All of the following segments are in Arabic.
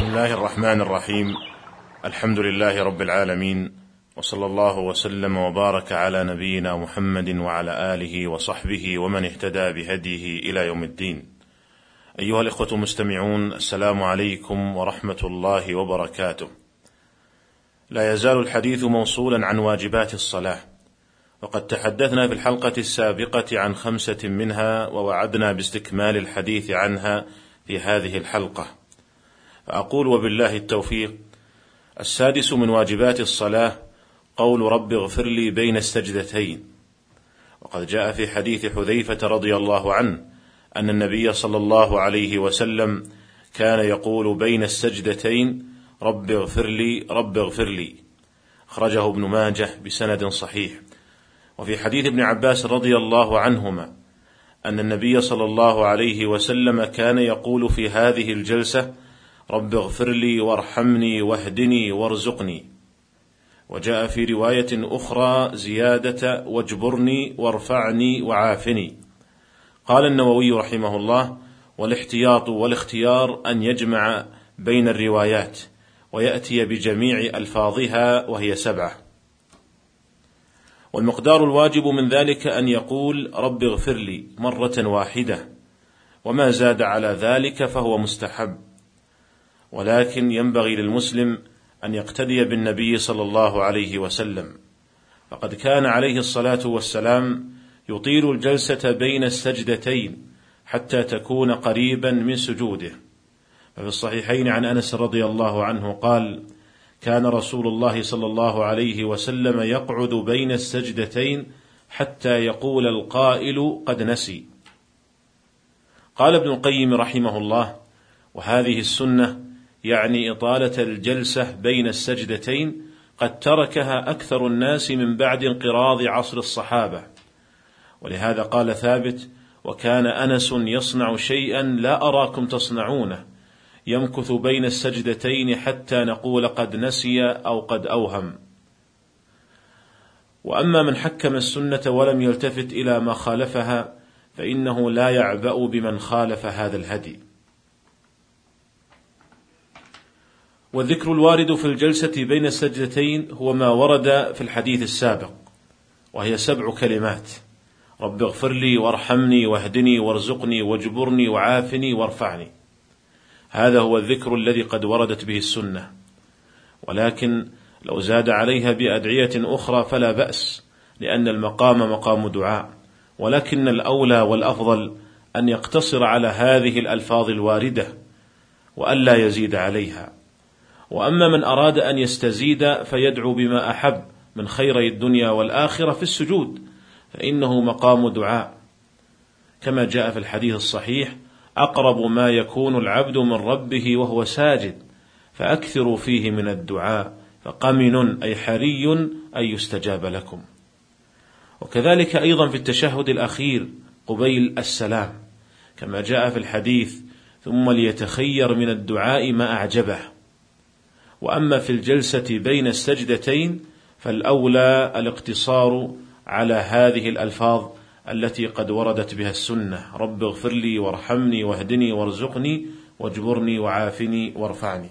بسم الله الرحمن الرحيم. الحمد لله رب العالمين، وصلى الله وسلم وبارك على نبينا محمد وعلى آله وصحبه ومن اهتدى بهديه إلى يوم الدين. أيها الإخوة المستمعون، السلام عليكم ورحمة الله وبركاته. لا يزال الحديث موصولا عن واجبات الصلاة، وقد تحدثنا في الحلقة السابقة عن 5 منها، ووعدنا باستكمال الحديث عنها في هذه الحلقة. فأقول وبالله التوفيق: 6 من واجبات الصلاة قول رب اغفر لي بين السجدتين. وقد جاء في حديث حذيفة رضي الله عنه أن النبي صلى الله عليه وسلم كان يقول بين السجدتين: رب اغفر لي رب اغفر لي. أخرجه ابن ماجه بسند صحيح. وفي حديث ابن عباس رضي الله عنهما أن النبي صلى الله عليه وسلم كان يقول في هذه الجلسة: رب اغفر لي وارحمني واهدني وارزقني. وجاء في رواية أخرى زيادة: واجبرني وارفعني وعافني. قال النووي رحمه الله: والاحتياط والاختيار أن يجمع بين الروايات ويأتي بجميع ألفاظها، وهي 7. والمقدار الواجب من ذلك أن يقول رب اغفر لي مرة واحدة، وما زاد على ذلك فهو مستحب. ولكن ينبغي للمسلم أن يقتدي بالنبي صلى الله عليه وسلم، فقد كان عليه الصلاة والسلام يطيل الجلسة بين السجدتين حتى تكون قريبا من سجوده. ففي الصحيحين عن أنس رضي الله عنه قال: كان رسول الله صلى الله عليه وسلم يقعد بين السجدتين حتى يقول القائل قد نسي. قال ابن القيم رحمه الله: وهذه السنة، يعني إطالة الجلسة بين السجدتين، قد تركها أكثر الناس من بعد انقراض عصر الصحابة. ولهذا قال ثابت: وكان أنس يصنع شيئا لا أراكم تصنعونه، يمكث بين السجدتين حتى نقول قد نسي أو قد أوهم. وأما من حكم السنة ولم يلتفت إلى ما خالفها فإنه لا يعبأ بمن خالف هذا الهدي. والذكر الوارد في الجلسة بين السجدتين هو ما ورد في الحديث السابق، وهي 7 كلمات: رب اغفر لي وارحمني واهدني وارزقني واجبرني وعافني وارفعني. هذا هو الذكر الذي قد وردت به السنة، ولكن لو زاد عليها بأدعية أخرى فلا بأس، لأن المقام مقام دعاء، ولكن الأولى والأفضل أن يقتصر على هذه الألفاظ الواردة وألا يزيد عليها. وأما من أراد أن يستزيد فيدعو بما أحب من خيري الدنيا والآخرة في السجود، فإنه مقام دعاء، كما جاء في الحديث الصحيح: أقرب ما يكون العبد من ربه وهو ساجد، فأكثروا فيه من الدعاء، فقمن أي حري أن يستجاب لكم. وكذلك أيضا في التشهد الأخير قبيل السلام، كما جاء في الحديث: ثم ليتخير من الدعاء ما أعجبه. وأما في الجلسة بين السجدتين فالأولى الاقتصار على هذه الألفاظ التي قد وردت بها السنة: رب اغفر لي وارحمني واهدني وارزقني واجبرني وعافني وارفعني.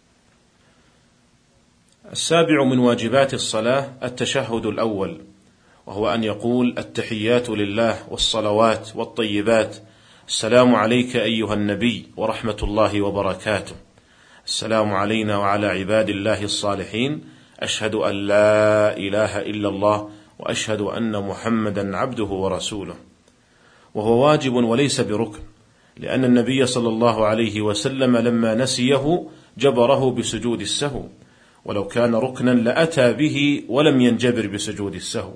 7 من واجبات الصلاة التشهد الأول، وهو أن يقول: التحيات لله والصلوات والطيبات، السلام عليك أيها النبي ورحمة الله وبركاته، السلام علينا وعلى عباد الله الصالحين، أشهد أن لا إله إلا الله وأشهد أن محمدا عبده ورسوله. وهو واجب وليس بركن، لأن النبي صلى الله عليه وسلم لما نسيه جبره بسجود السهو، ولو كان ركنا لأتى به ولم ينجبر بسجود السهو.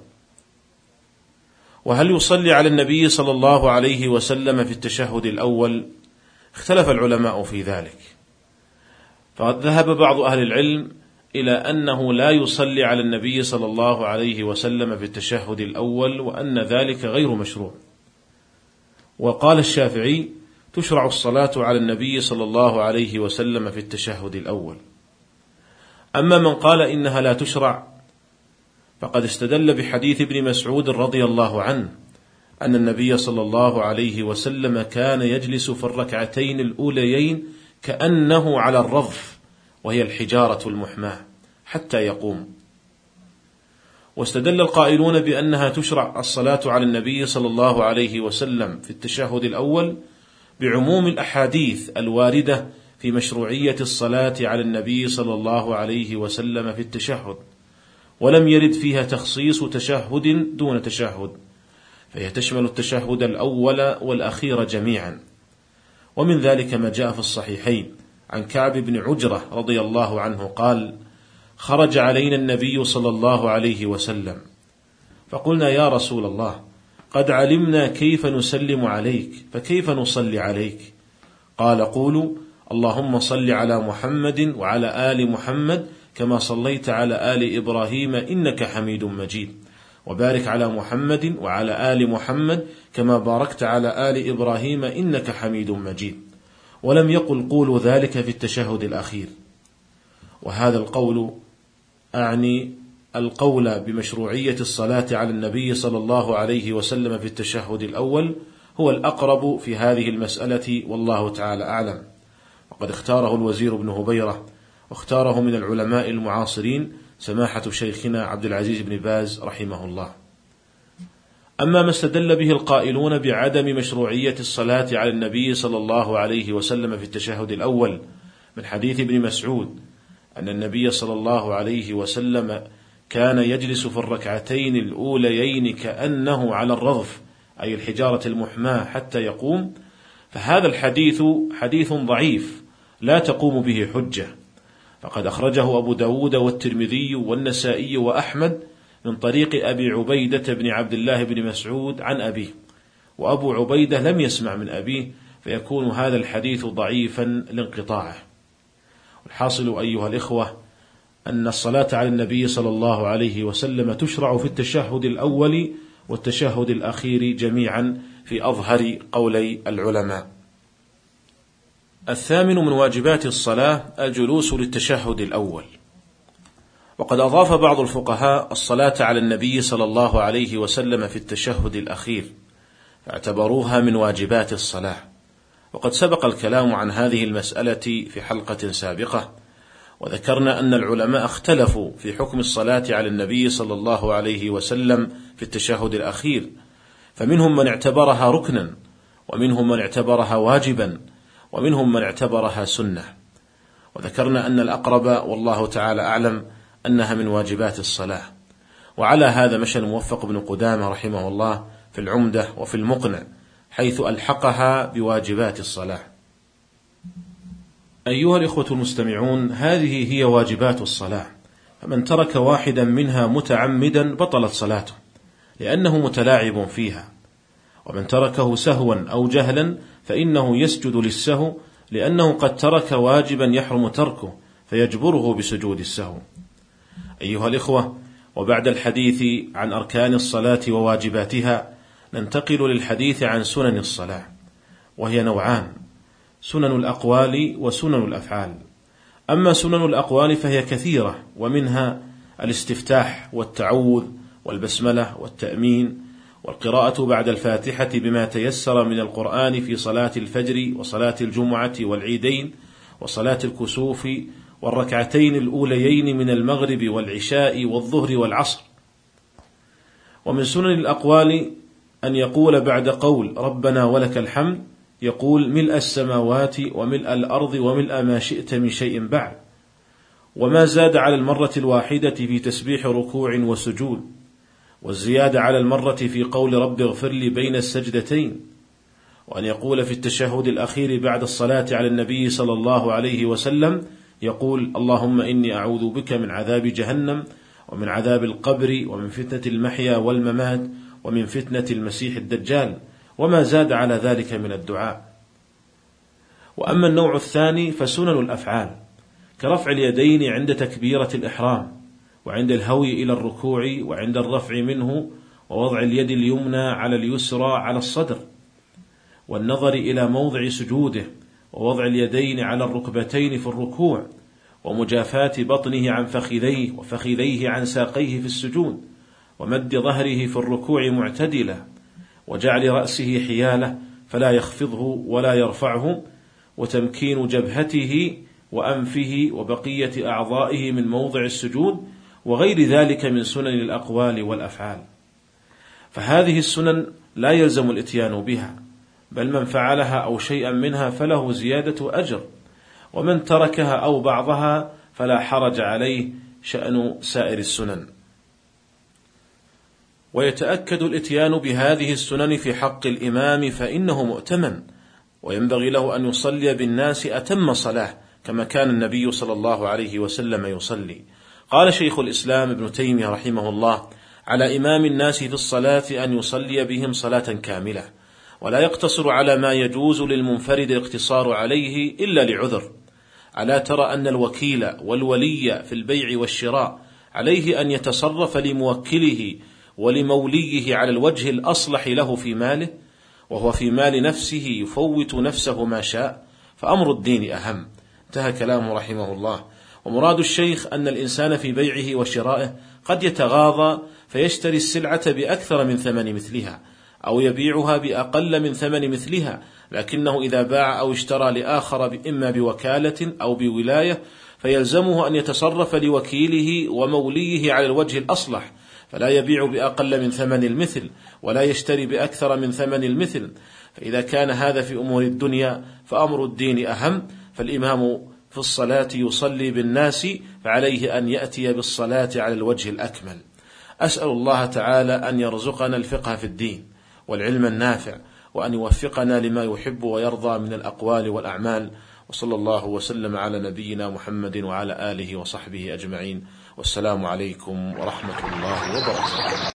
وهل يصلي على النبي صلى الله عليه وسلم في التشهد الأول؟ اختلف العلماء في ذلك، فذهب بعض أهل العلم إلى أنه لا يصلي على النبي صلى الله عليه وسلم في التشهد الأول، وأن ذلك غير مشروع. وقال الشافعي: تشرع الصلاة على النبي صلى الله عليه وسلم في التشهد الأول. أما من قال إنها لا تشرع فقد استدل بحديث ابن مسعود رضي الله عنه أن النبي صلى الله عليه وسلم كان يجلس في الركعتين الأوليين كأنه على الرضف، وهي الحجارة المحماة، حتى يقوم. واستدل القائلون بأنها تشرع الصلاة على النبي صلى الله عليه وسلم في التشهد الأول بعموم الأحاديث الواردة في مشروعية الصلاة على النبي صلى الله عليه وسلم في التشهد، ولم يرد فيها تخصيص تشهد دون تشهد، فهي تشمل التشهد الأول والأخير جميعا. ومن ذلك ما جاء في الصحيحين عن كعب بن عجرة رضي الله عنه قال: خرج علينا النبي صلى الله عليه وسلم، فقلنا: يا رسول الله، قد علمنا كيف نسلم عليك، فكيف نصلي عليك؟ قال: قولوا: اللهم صل على محمد وعلى آل محمد كما صليت على آل إبراهيم إنك حميد مجيد، وبارك على محمد وعلى آل محمد كما باركت على آل إبراهيم إنك حميد مجيد. ولم يقل قولوا ذلك في التشهد الأخير. وهذا القول أعني القول بمشروعية الصلاة على النبي صلى الله عليه وسلم في التشهد الأول هو الأقرب في هذه المسألة، والله تعالى أعلم. وقد اختاره الوزير بن هبيرة، واختاره من العلماء المعاصرين سماحة شيخنا عبد العزيز بن باز رحمه الله. أما ما استدل به القائلون بعدم مشروعية الصلاة على النبي صلى الله عليه وسلم في التشهد الأول من حديث ابن مسعود أن النبي صلى الله عليه وسلم كان يجلس في الركعتين الأوليين كأنه على الرضف، أي الحجارة المحماة، حتى يقوم، فهذا الحديث حديث ضعيف لا تقوم به حجة، فقد أخرجه أبو داود والترمذي والنسائي وأحمد من طريق أبي عبيدة بن عبد الله بن مسعود عن أبيه، وأبو عبيدة لم يسمع من أبيه، فيكون هذا الحديث ضعيفا لانقطاعه. الحاصل أيها الإخوة أن الصلاة على النبي صلى الله عليه وسلم تشرع في التشهد الأول والتشهد الأخير جميعا في أظهر قولي العلماء. الثامن من واجبات الصلاة الجلوس للتشهد الأول. وقد أضاف بعض الفقهاء الصلاة على النبي صلى الله عليه وسلم في التشهد الأخير، فاعتبروها من واجبات الصلاة، وقد سبق الكلام عن هذه المسألة في حلقة سابقة، وذكرنا أن العلماء اختلفوا في حكم الصلاة على النبي صلى الله عليه وسلم في التشهد الأخير، فمنهم من اعتبرها ركنا، ومنهم من اعتبرها واجبا، ومنهم من اعتبرها سنة، وذكرنا أن الأقرب والله تعالى أعلم أنها من واجبات الصلاة. وعلى هذا مشى الموفق بن قدامة رحمه الله في العمدة وفي المقنع، حيث ألحقها بواجبات الصلاة. أيها الإخوة المستمعون، هذه هي واجبات الصلاة، فمن ترك واحدا منها متعمدا بطلت صلاته لأنه متلاعب فيها، ومن تركه سهوا أو جهلا فإنه يسجد للسهو، لأنه قد ترك واجبا يحرم تركه فيجبره بسجود السهو. أيها الإخوة، وبعد الحديث عن أركان الصلاة وواجباتها ننتقل للحديث عن سنن الصلاة، وهي نوعان: سنن الأقوال وسنن الأفعال. أما سنن الأقوال فهي كثيرة، ومنها الاستفتاح والتعوذ والبسملة والتأمين والقراءة بعد الفاتحة بما تيسر من القرآن في صلاة الفجر وصلاة الجمعة والعيدين وصلاة الكسوف والركعتين الأوليين من المغرب والعشاء والظهر والعصر. ومن سنن الأقوال أن يقول بعد قول ربنا ولك الحمد يقول ملء السماوات وملء الأرض وملء ما شئت من شيء بعد، وما زاد على المرة الواحدة في تسبيح ركوع وسجود، والزيادة على المرة في قول رب اغفر لي بين السجدتين. وأن يقول في التشهد الأخير بعد الصلاة على النبي صلى الله عليه وسلم يقول اللهم إني أعوذ بك من عذاب جهنم ومن عذاب القبر ومن فتنة المحيا والممات ومن فتنة المسيح الدجال، وما زاد على ذلك من الدعاء. وأما النوع الثاني فسنن الأفعال، كرفع اليدين عند تكبيرة الإحرام، وعند الهوي إلى الركوع، وعند الرفع منه، ووضع اليد اليمنى على اليسرى على الصدر، والنظر إلى موضع سجوده، ووضع اليدين على الركبتين في الركوع، ومجافاة بطنه عن فخذيه وفخذيه عن ساقيه في السجود، ومد ظهره في الركوع معتدلا، وجعل رأسه حيالة فلا يخفضه ولا يرفعه، وتمكين جبهته وأنفه وبقية أعضائه من موضع السجود وغير ذلك من سنن الأقوال والأفعال. فهذه السنن لا يلزم الإتيان بها، بل من فعلها أو شيئا منها فله زيادة أجر، ومن تركها أو بعضها فلا حرج عليه شأن سائر السنن. ويتأكد الإتيان بهذه السنن في حق الإمام فإنه مؤتمن، وينبغي له أن يصلي بالناس أتم صلاة كما كان النبي صلى الله عليه وسلم يصلي. قال شيخ الإسلام ابن تيمية رحمه الله: على إمام الناس في الصلاة أن يصلي بهم صلاة كاملة، ولا يقتصر على ما يجوز للمنفرد الاقتصار عليه إلا لعذر. ألا ترى أن الوكيل والولي في البيع والشراء عليه أن يتصرف لموكله ولموليه على الوجه الأصلح له في ماله، وهو في مال نفسه يفوت نفسه ما شاء، فأمر الدين أهم. انتهى كلامه رحمه الله. ومراد الشيخ أن الإنسان في بيعه وشرائه قد يتغاضى فيشتري السلعة بأكثر من ثمن مثلها، أو يبيعها بأقل من ثمن مثلها، لكنه إذا باع أو اشترى لآخر إما بوكالة أو بولاية فيلزمه أن يتصرف لوكيله وموليه على الوجه الأصلح، فلا يبيع بأقل من ثمن المثل ولا يشتري بأكثر من ثمن المثل. فإذا كان هذا في أمور الدنيا فأمر الدين أهم. فالإمام في الصلاة يصلي بالناس، فعليه أن يأتي بالصلاة على الوجه الأكمل. أسأل الله تعالى أن يرزقنا الفقه في الدين والعلم النافع، وأن يوفقنا لما يحب ويرضى من الأقوال والأعمال. وصلى الله وسلم على نبينا محمد وعلى آله وصحبه أجمعين، والسلام عليكم ورحمة الله وبركاته.